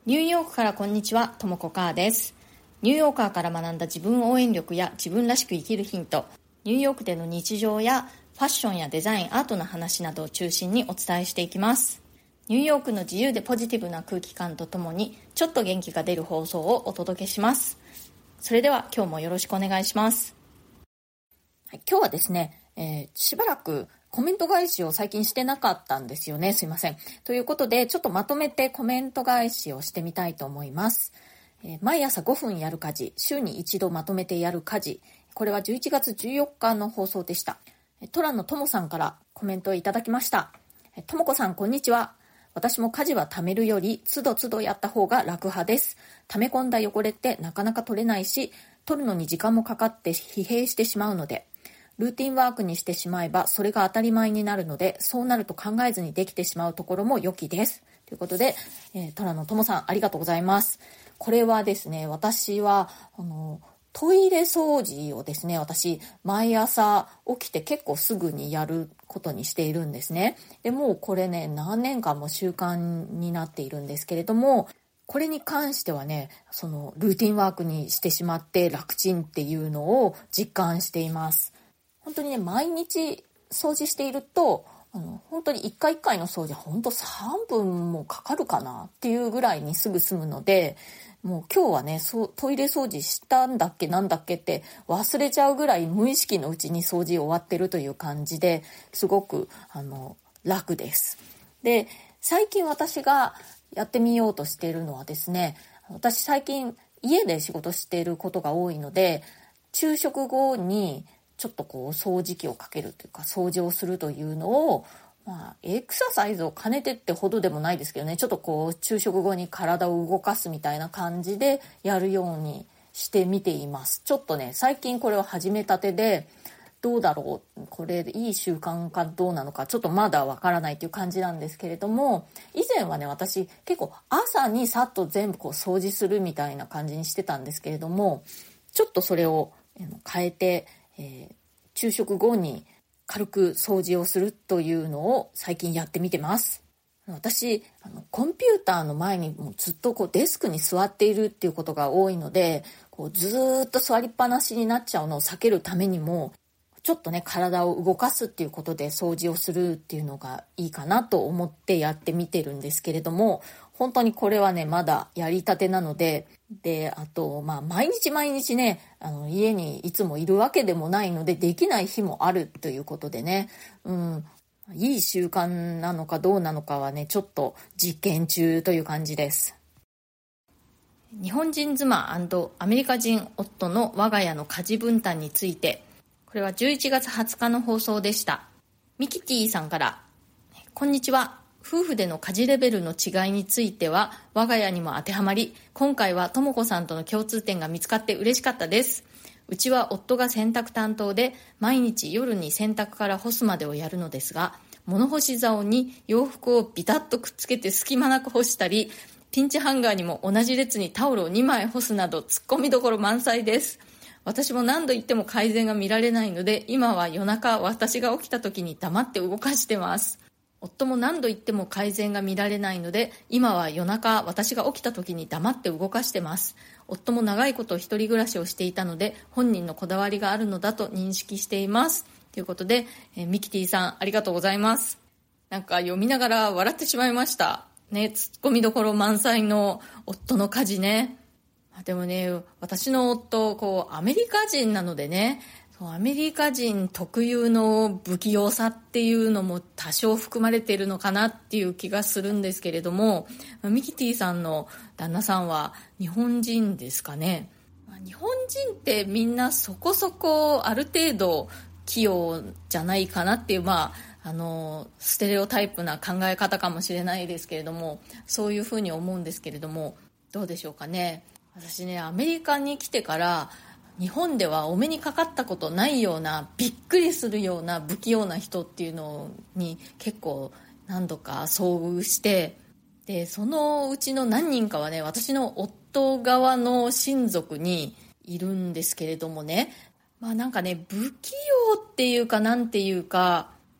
ニューヨークからこんにちは、ともこかーです。ニューヨーカーから学んだ自分応援力や自分らしく生きるヒント、ニューヨークでの日常やファッションやデザイン、アートの話などを中心にお伝えしていきます。ニューヨークの自由でポジティブな空気感とともにちょっと元気が出る放送をお届けします。それでは今日もよろしくお願いします。はい、今日はですね、しばらくコメント返しを最近してなかったんですよね。すいません。ということで、ちょっとまとめてコメント返しをしてみたいと思います。毎朝5分やる家事、週に一度まとめてやる家事。これは11月14日の放送でした。トラのともさんからコメントをいただきました。ともこさん、こんにちは。私も家事は貯めるよりつどつどやった方が楽派です。溜め込んだ汚れってなかなか取れないし、取るのに時間もかかって疲弊してしまうので、ルーティンワークにしてしまえばそれが当たり前になるので、そうなると考えずにできてしまうところも良きです。ということで、トラのともさんありがとうございます。これはですね、私はトイレ掃除をですね、私毎朝起きて結構すぐにやることにしているんですね。でもうこれね、何年間も習慣になっているんですけれども、これに関してはね、そのルーティンワークにしてしまって楽ちんっていうのを実感しています。本当にね、毎日掃除していると、本当に一回一回の掃除は本当3分もかかるかなっていうぐらいにすぐ済むので、もう今日はね、トイレ掃除したんだっけなんだっけって忘れちゃうぐらい無意識のうちに掃除終わってるという感じで、すごく楽です。で、最近私がやってみようとしているのはですね、私最近家で仕事していることが多いので、昼食後にちょっとこう掃除機をかけるというか掃除をするというのを、エクササイズを兼ねてってほどでもないですけどね、ちょっとこう昼食後に体を動かすみたいな感じでやるようにしてみています。ちょっとね、最近これを始めたてで、どうだろう、これいい習慣かどうなのかちょっとまだわからないっていう感じなんですけれども、以前はね、私結構朝にさっと全部こう掃除するみたいな感じにしてたんですけれども、ちょっとそれを変えて、昼食後に軽く掃除をするというのを最近やってみてます。私コンピューターの前にもうずっとこうデスクに座っているっていうことが多いので、こうずーっと座りっぱなしになっちゃうのを避けるためにも、ちょっとね、体を動かすっていうことで掃除をするっていうのがいいかなと思ってやってみてるんですけれども、本当にこれはね、まだやりたてなので、あと、毎日毎日ね、家にいつもいるわけでもないので、できない日もあるということでね、いい習慣なのかどうなのかはね、ちょっと実験中という感じです。日本人妻&アメリカ人夫の我が家の家事分担について、これは11月20日の放送でした。ミキティさんから、こんにちは。夫婦での家事レベルの違いについては我が家にも当てはまり、今回はともこさんとの共通点が見つかって嬉しかったです。うちは夫が洗濯担当で、毎日夜に洗濯から干すまでをやるのですが、物干し竿に洋服をビタッとくっつけて隙間なく干したり、ピンチハンガーにも同じ列にタオルを2枚干すなど突っ込みどころ満載です。私も何度言っても改善が見られないので、今は夜中私が起きた時に黙って動かしてます。夫も何度言っても改善が見られないので、今は夜中私が起きた時に黙って動かしてます。夫も長いこと一人暮らしをしていたので、本人のこだわりがあるのだと認識しています。ということで、ミキティさんありがとうございます。なんか読みながら笑ってしまいましたね。ツッコミどころ満載の夫の家事ね。でもね、私の夫アメリカ人なのでね、アメリカ人特有の不器用さっていうのも多少含まれているのかなっていう気がするんですけれども、ミキティさんの旦那さんは日本人ですかね。日本人ってみんなそこそこある程度器用じゃないかなっていう、ステレオタイプな考え方かもしれないですけれども、そういうふうに思うんですけれども、どうでしょうかね。私ね、アメリカに来てから日本ではお目にかかったことないような、びっくりするような不器用な人っていうのに結構何度か遭遇して、でそのうちの何人かはね、私の夫側の親族にいるんですけれどもね、なんかね、不器用っていうかなんていうか、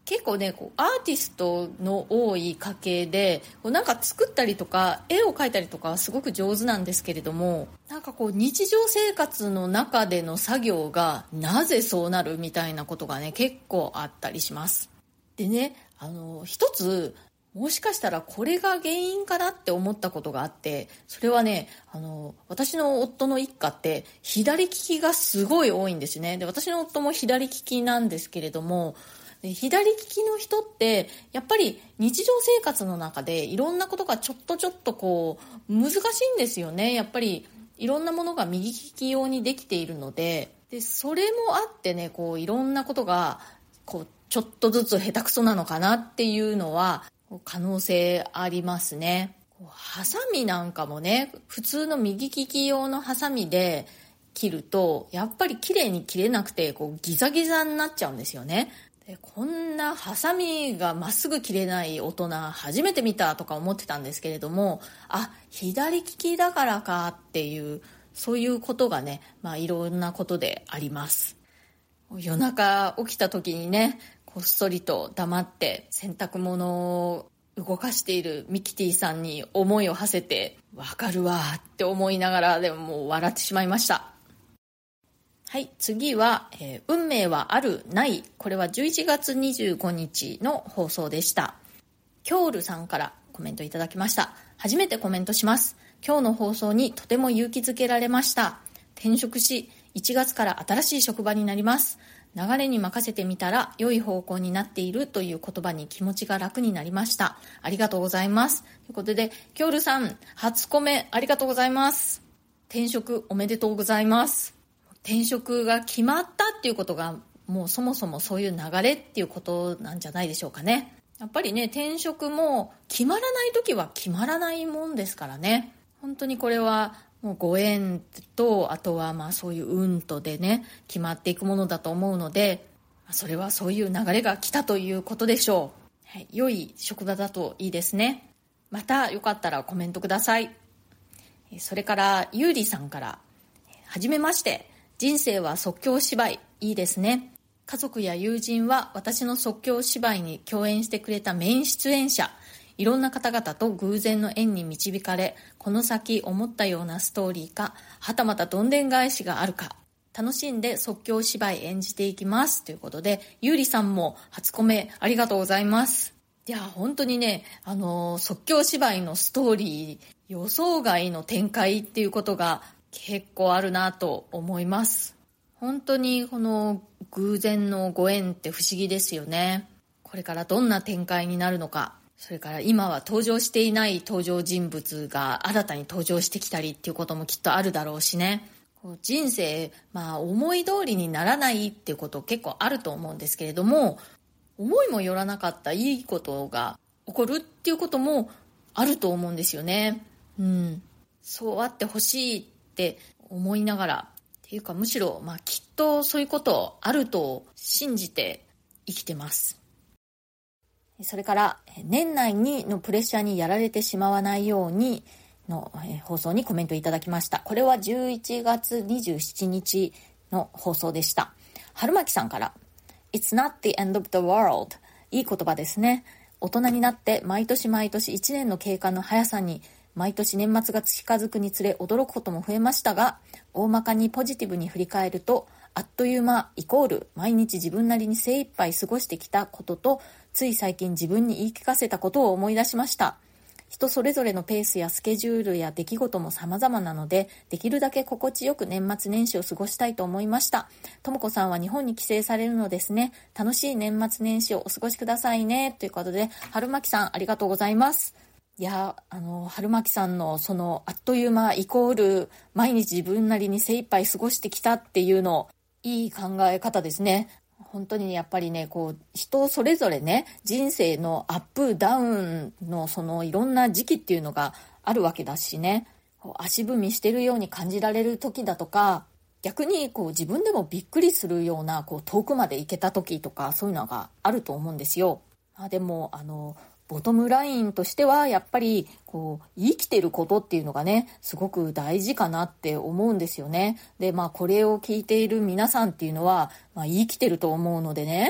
結構ねこうアーティストの多い家系でこうなんか作ったりとか絵を描いたりとかはすごく上手なんですけれども、なんかこう日常生活の中での作業がなぜそうなるみたいなことがね結構あったりします。でね、一つもしかしたらこれが原因かなって思ったことがあって、それはね、私の夫の一家って左利きがすごい多いんですね。で、私の夫も左利きなんですけれども、左利きの人ってやっぱり日常生活の中でいろんなことがちょっとこう難しいんですよね。やっぱりいろんなものが右利き用にできているので、それもあってね、こういろんなことがこうちょっとずつ下手くそなのかなっていうのは可能性ありますね。ハサミなんかもね、普通の右利き用のハサミで切るとやっぱり綺麗に切れなくてこうギザギザになっちゃうんですよね。でこんなハサミがまっすぐ切れない大人初めて見たとか思ってたんですけれども、左利きだからかっていう、そういうことがね、いろんなことであります。夜中起きた時にね、こっそりと黙って洗濯物を動かしているミキティさんに思いを馳せて、わかるわって思いながらでももう笑ってしまいました。はい、次は、運命はあるない。これは11月25日の放送でした。キョールさんからコメントいただきました。初めてコメントします。今日の放送にとても勇気づけられました。転職し1月から新しい職場になります。流れに任せてみたら良い方向になっているという言葉に気持ちが楽になりました。ありがとうございます。ということで、キョールさん初コメありがとうございます。転職おめでとうございます。転職が決まったっていうことがもうそもそもそういう流れっていうことなんじゃないでしょうかね。やっぱりね、転職も決まらない時は決まらないもんですからね。本当にこれはもうご縁と、あとはそういう運とでね決まっていくものだと思うので、それはそういう流れが来たということでしょう。はい、良い職場だといいですね。またよかったらコメントください。それからゆうりさんから、はじめまして、人生は即興芝居、いいですね。家族や友人は私の即興芝居に共演してくれたメイン出演者。いろんな方々と偶然の縁に導かれ、この先思ったようなストーリーか、はたまたどんでん返しがあるか、楽しんで即興芝居演じていきますということで、ゆうりさんも初コメありがとうございます。いや本当にね、即興芝居のストーリー、予想外の展開っていうことが結構あるなと思います。本当にこの偶然のご縁って不思議ですよね。これからどんな展開になるのか、それから今は登場していない登場人物が新たに登場してきたりっていうこともきっとあるだろうしね。人生、思い通りにならないっていうこと結構あると思うんですけれども、思いもよらなかったいいことが起こるっていうこともあると思うんですよね。そうあってほしいって思いながら、っていうかむしろ、きっとそういうことあると信じて生きてます。それから年内にのプレッシャーにやられてしまわないようにの放送にコメントいただきました。これは11月27日の放送でした。春巻さんから、It's not the end of the world。 いい言葉ですね。大人になって毎年毎年1年の経過の速さに、毎年年末が近づくにつれ驚くことも増えましたが、大まかにポジティブに振り返ると、あっという間イコール毎日自分なりに精一杯過ごしてきたことと、つい最近自分に言い聞かせたことを思い出しました。人それぞれのペースやスケジュールや出来事も様々なので、できるだけ心地よく年末年始を過ごしたいと思いました。ともこさんは日本に帰省されるのですね。楽しい年末年始をお過ごしくださいね。ということで、春巻さんありがとうございます。いや、春巻さんのそのあっという間イコール毎日自分なりに精一杯過ごしてきたっていうの、いい考え方ですね。本当にやっぱりね、人それぞれね、人生のアップダウンのそのいろんな時期っていうのがあるわけだしね、足踏みしてるように感じられる時だとか、逆に自分でもびっくりするような遠くまで行けた時とか、そういうのがあると思うんですよ。でもボトムラインとしてはやっぱり生きてることっていうのがね、すごく大事かなって思うんですよね。でこれを聞いている皆さんっていうのは、生きてると思うのでね、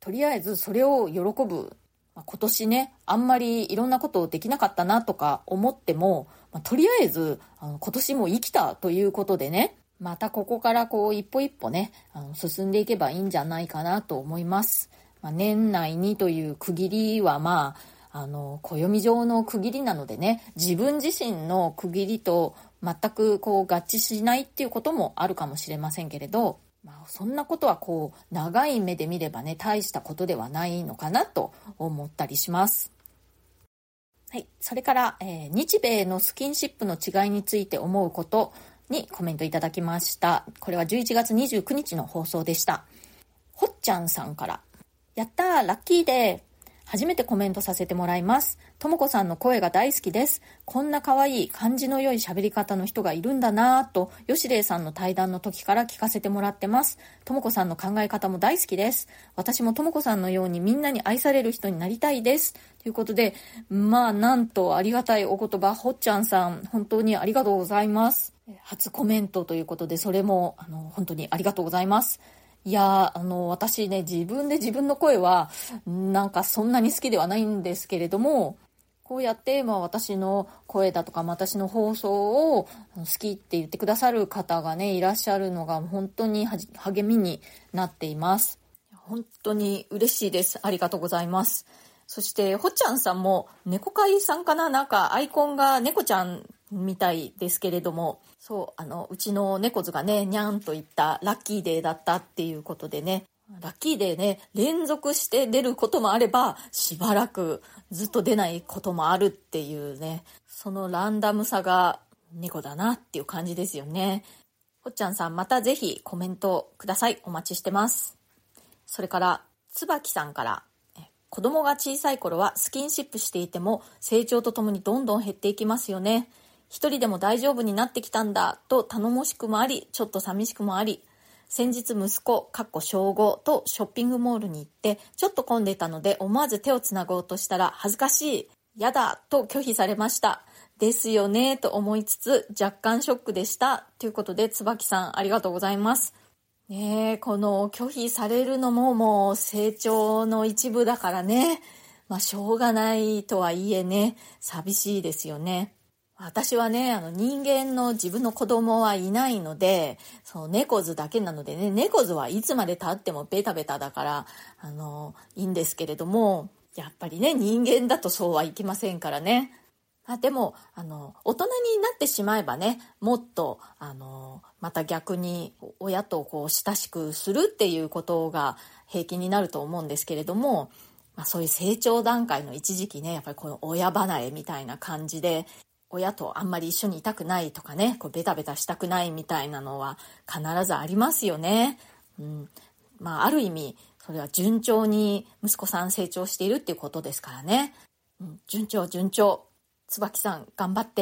とりあえずそれを喜ぶ。今年ね、あんまりいろんなことできなかったなとか思っても、とりあえず今年も生きたということでね、またここから一歩一歩ね、進んでいけばいいんじゃないかなと思います。年内にという区切りは暦上の区切りなのでね、自分自身の区切りと全く合致しないっていうこともあるかもしれませんけれど、そんなことは長い目で見ればね、大したことではないのかなと思ったりします。はい、それから、日米のスキンシップの違いについて思うことにコメントいただきました。これは11月29日の放送でした。ほっちゃんさんから、やったーラッキーデー、初めてコメントさせてもらいます。ともこさんの声が大好きです。こんな可愛い感じの良い喋り方の人がいるんだなぁと、よしれいさんの対談の時から聞かせてもらってます。ともこさんの考え方も大好きです。私もともこさんのようにみんなに愛される人になりたいです。ということで、なんとありがたいお言葉、ほっちゃんさん、本当にありがとうございます。初コメントということで、それも本当にありがとうございます。いや私ね、自分で自分の声はそんなに好きではないんですけれども、こうやって私の声だとか私の放送を好きって言ってくださる方がねいらっしゃるのが本当に励みになっています。本当に嬉しいです。ありがとうございます。そしてほっちゃんさんも猫飼いさんかな、アイコンが猫ちゃんみたいですけれども、うちの猫図がね、にゃんといったラッキーデーだったっていうことでね、ラッキーデーね、連続して出ることもあれば、しばらくずっと出ないこともあるっていうね、そのランダムさが猫だなっていう感じですよね。ほっちゃんさん、またぜひコメントください。お待ちしてます。それから、つばきさんから、子供が小さい頃はスキンシップしていても成長とともにどんどん減っていきますよね。一人でも大丈夫になってきたんだと頼もしくもあり、ちょっと寂しくもあり、先日息子、小5とショッピングモールに行って、ちょっと混んでいたので思わず手をつなごうとしたら恥ずかしい、やだと拒否されました。ですよねと思いつつ若干ショックでした。ということで、椿さんありがとうございます。ねえ、この拒否されるのももう成長の一部だからね。しょうがないとはいえね、寂しいですよね。私はね、人間の自分の子供はいないので、猫図だけなのでね、猫図はいつまで経ってもベタベタだから、いいんですけれども、やっぱりね、人間だとそうはいきませんからね。でも、大人になってしまえばね、もっと、また逆に親と親しくするっていうことが平気になると思うんですけれども、そういう成長段階の一時期ね、やっぱりこの親離れみたいな感じで、親とあんまり一緒にいたくないとかね、ベタベタしたくないみたいなのは必ずありますよね。ある意味それは順調に息子さん成長しているっていうことですからね。順調。椿さん頑張って。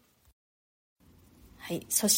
はい、そして、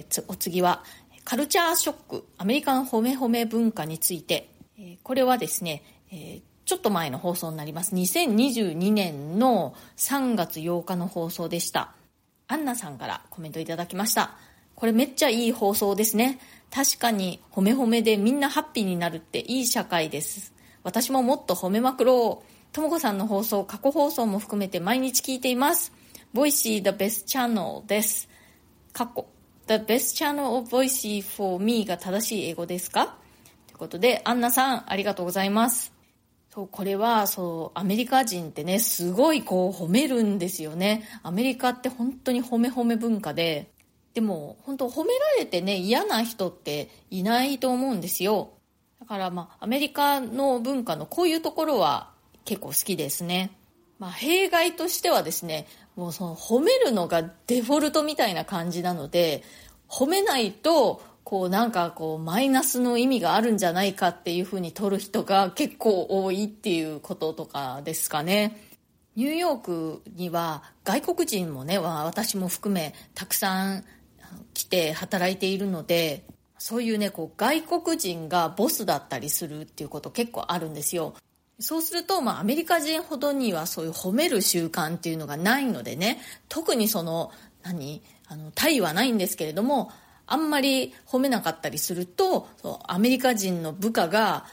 お次はカルチャーショック、アメリカン褒め褒め文化について、これはですね、ちょっと前の放送になります。2022年の3月8日の放送でした。アンナさんからコメントいただきました。これめっちゃいい放送ですね。確かに褒め褒めでみんなハッピーになるっていい社会です。私ももっと褒めまくろう。ともこさんの放送、過去放送も含めて毎日聞いています。ボイシー The Best Channel です。The Best Channel of Voicy for Me が正しい英語ですか？ということで、アンナさんありがとうございます。これはアメリカ人ってね、すごい褒めるんですよね。アメリカって本当に褒め褒め文化で、でも本当褒められてね、嫌な人っていないと思うんですよ。だからアメリカの文化のこういうところは結構好きですね。弊害としてはですね、もう褒めるのがデフォルトみたいな感じなので、褒めないとマイナスの意味があるんじゃないかっていうふうに取る人が結構多いっていうこととかですかね。ニューヨークには外国人もね、私も含めたくさん来て働いているので、そういうね、外国人がボスだったりするっていうこと結構あるんですよ。そうすると、アメリカ人ほどにはそういう褒める習慣っていうのがないのでね、特に対はないんですけれども、あんまり褒めなかったりすると、アメリカ人の部下が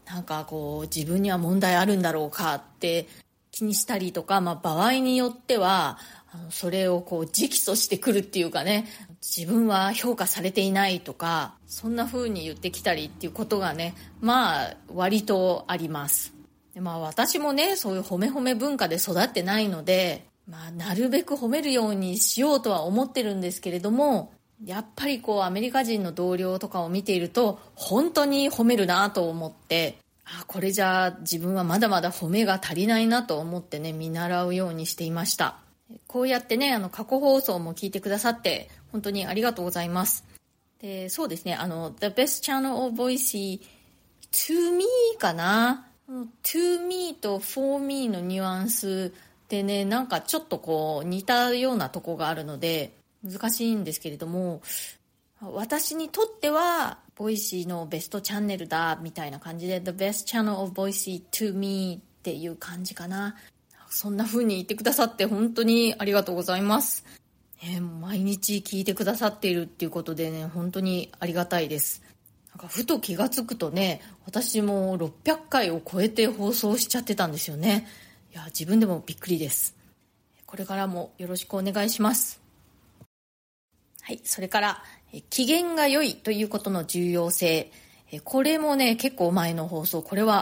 なんかこう自分には問題あるんだろうかって気にしたりとか、場合によってはそれをこう直訴してくるっていうかね、自分は評価されていないとか、そんな風に言ってきたりっていうことがね、割とあります。で、私もね、そういう褒め褒め文化で育ってないので、なるべく褒めるようにしようとは思ってるんですけれども、やっぱりこうアメリカ人の同僚とかを見ていると本当に褒めるなと思って、これじゃあ自分はまだまだ褒めが足りないなと思ってね、見習うようにしていました。こうやってね、過去放送も聞いてくださって本当にありがとうございます。で、そうですね、The Best Channel of Boise to me かな。to me と for me のニュアンスでね、なんかちょっとこう似たようなとこがあるので難しいんですけれども、私にとってはボイシーのベストチャンネルだみたいな感じで The best channel of Boise to me っていう感じかな。そんな風に言ってくださって本当にありがとうございます。毎日聞いてくださっているっていうことでね、本当にありがたいです。なんかふと気がつくとね、私も600回を超えて放送しちゃってたんですよね。いや、自分でもびっくりです。これからもよろしくお願いします。はい、それから機嫌が良いということの重要性、これもね結構前の放送、これは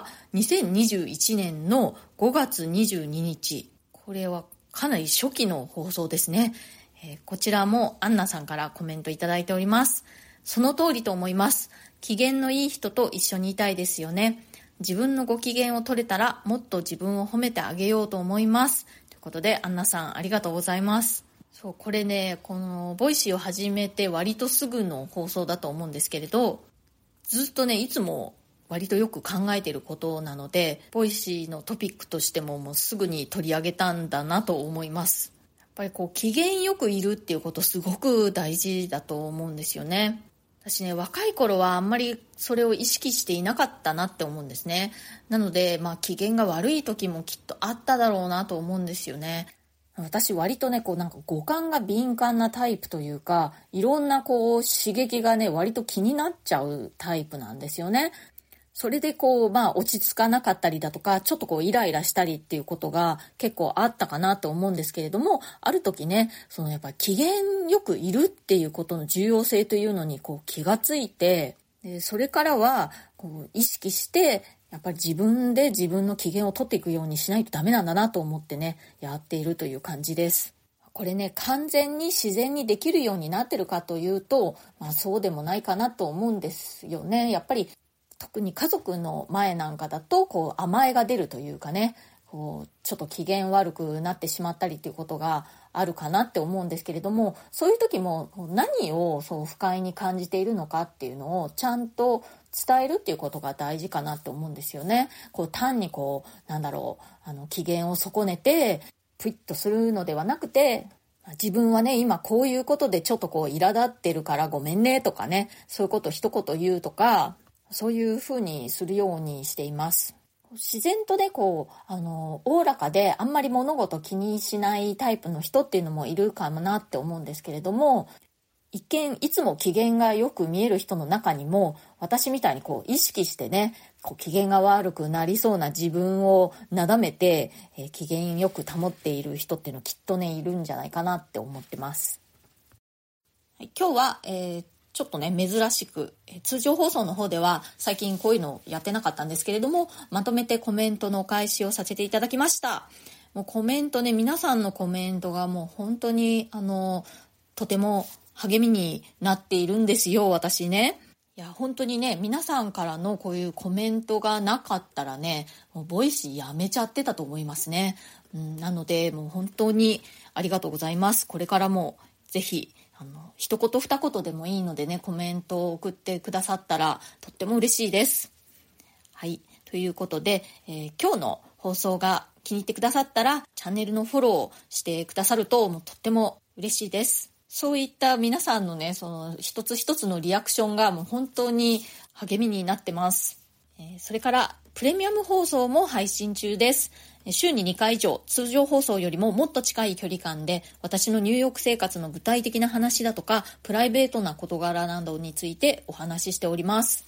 2021年の5月22日、これはかなり初期の放送ですね。こちらもアンナさんからコメントいただいております。その通りと思います。機嫌のいい人と一緒にいたいですよね。自分のご機嫌を取れたらもっと自分を褒めてあげようと思います。ということでアンナさんありがとうございます。そう、これね、このボイシーを始めて割とすぐの放送だと思うんですけれど、ずっとねいつも割とよく考えていることなので、ボイシーのトピックとしてももうすぐに取り上げたんだなと思います。やっぱりこう機嫌よくいるっていうことすごく大事だと思うんですよね。私ね、若い頃はあんまりそれを意識していなかったなって思うんですね。なので機嫌が悪い時もきっとあっただろうなと思うんですよね。私割とね、こうなんか五感が敏感なタイプというか、いろんなこう刺激がね割と気になっちゃうタイプなんですよね。それでこう落ち着かなかったりだとか、ちょっとこうイライラしたりっていうことが結構あったかなと思うんですけれども、ある時ね、そのやっぱり機嫌よくいるっていうことの重要性というのにこう気がついて、でそれからはこう意識してやっぱり自分で自分の機嫌を取っていくようにしないとダメなんだなと思ってね、やっているという感じです。これね、完全に自然にできるようになってるかというと、そうでもないかなと思うんですよね。やっぱり特に家族の前なんかだとこう甘えが出るというかね、こうちょっと機嫌悪くなってしまったりということがあるかなって思うんですけれども、そういう時も何をそう不快に感じているのかっていうのをちゃんと伝えるっていうことが大事かなって思うんですよね。こう単にこう機嫌を損ねてプイッとするのではなくて、自分はね今こういうことでちょっとこう苛立ってるからごめんねとかね、そういうことを一言言うとか、そういうふうにするようにしています。自然とねこうおおらかであんまり物事気にしないタイプの人っていうのもいるかもなって思うんですけれども、一見いつも機嫌がよく見える人の中にも、私みたいにこう意識してね、こう機嫌が悪くなりそうな自分をなだめて、機嫌よく保っている人っていうのきっとねいるんじゃないかなって思ってます。はい、今日は、ちょっとね珍しく通常放送の方では最近こういうのやってなかったんですけれども、まとめてコメントのお返しをさせていただきました。もうコメントね、皆さんのコメントがもう本当にとても励みになっているんですよ、私ね。いや本当にね、皆さんからのこういうコメントがなかったらね、もうボイシーやめちゃってたと思いますね。なのでもう本当にありがとうございます。これからもぜひ一言二言でもいいのでね、コメントを送ってくださったらとっても嬉しいです。はい、ということで、今日の放送が気に入ってくださったらチャンネルのフォローをしてくださるともうとっても嬉しいです。そういった皆さんのね、その一つ一つのリアクションがもう本当に励みになってます。それからプレミアム放送も配信中です。週に2回以上、通常放送よりももっと近い距離感で私のニューヨーク生活の具体的な話だとかプライベートな事柄などについてお話ししております。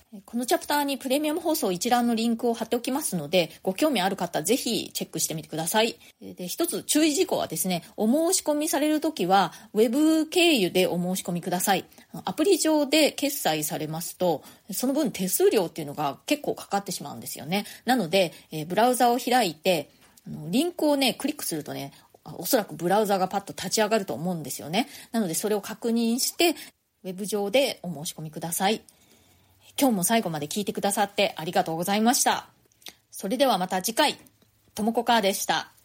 このチャプターにプレミアム放送一覧のリンクを貼っておきますので、ご興味ある方ぜひチェックしてみてください。で、一つ注意事項はですね、お申し込みされるときはウェブ経由でお申し込みください。アプリ上で決済されますと、その分手数料っていうのが結構かかってしまうんですよね。なので、ブラウザを開いて、リンクをね、クリックするとね、おそらくブラウザがパッと立ち上がると思うんですよね。なのでそれを確認して、ウェブ上でお申し込みください。今日も最後まで聞いてくださってありがとうございました。それではまた次回、ともこかーでした。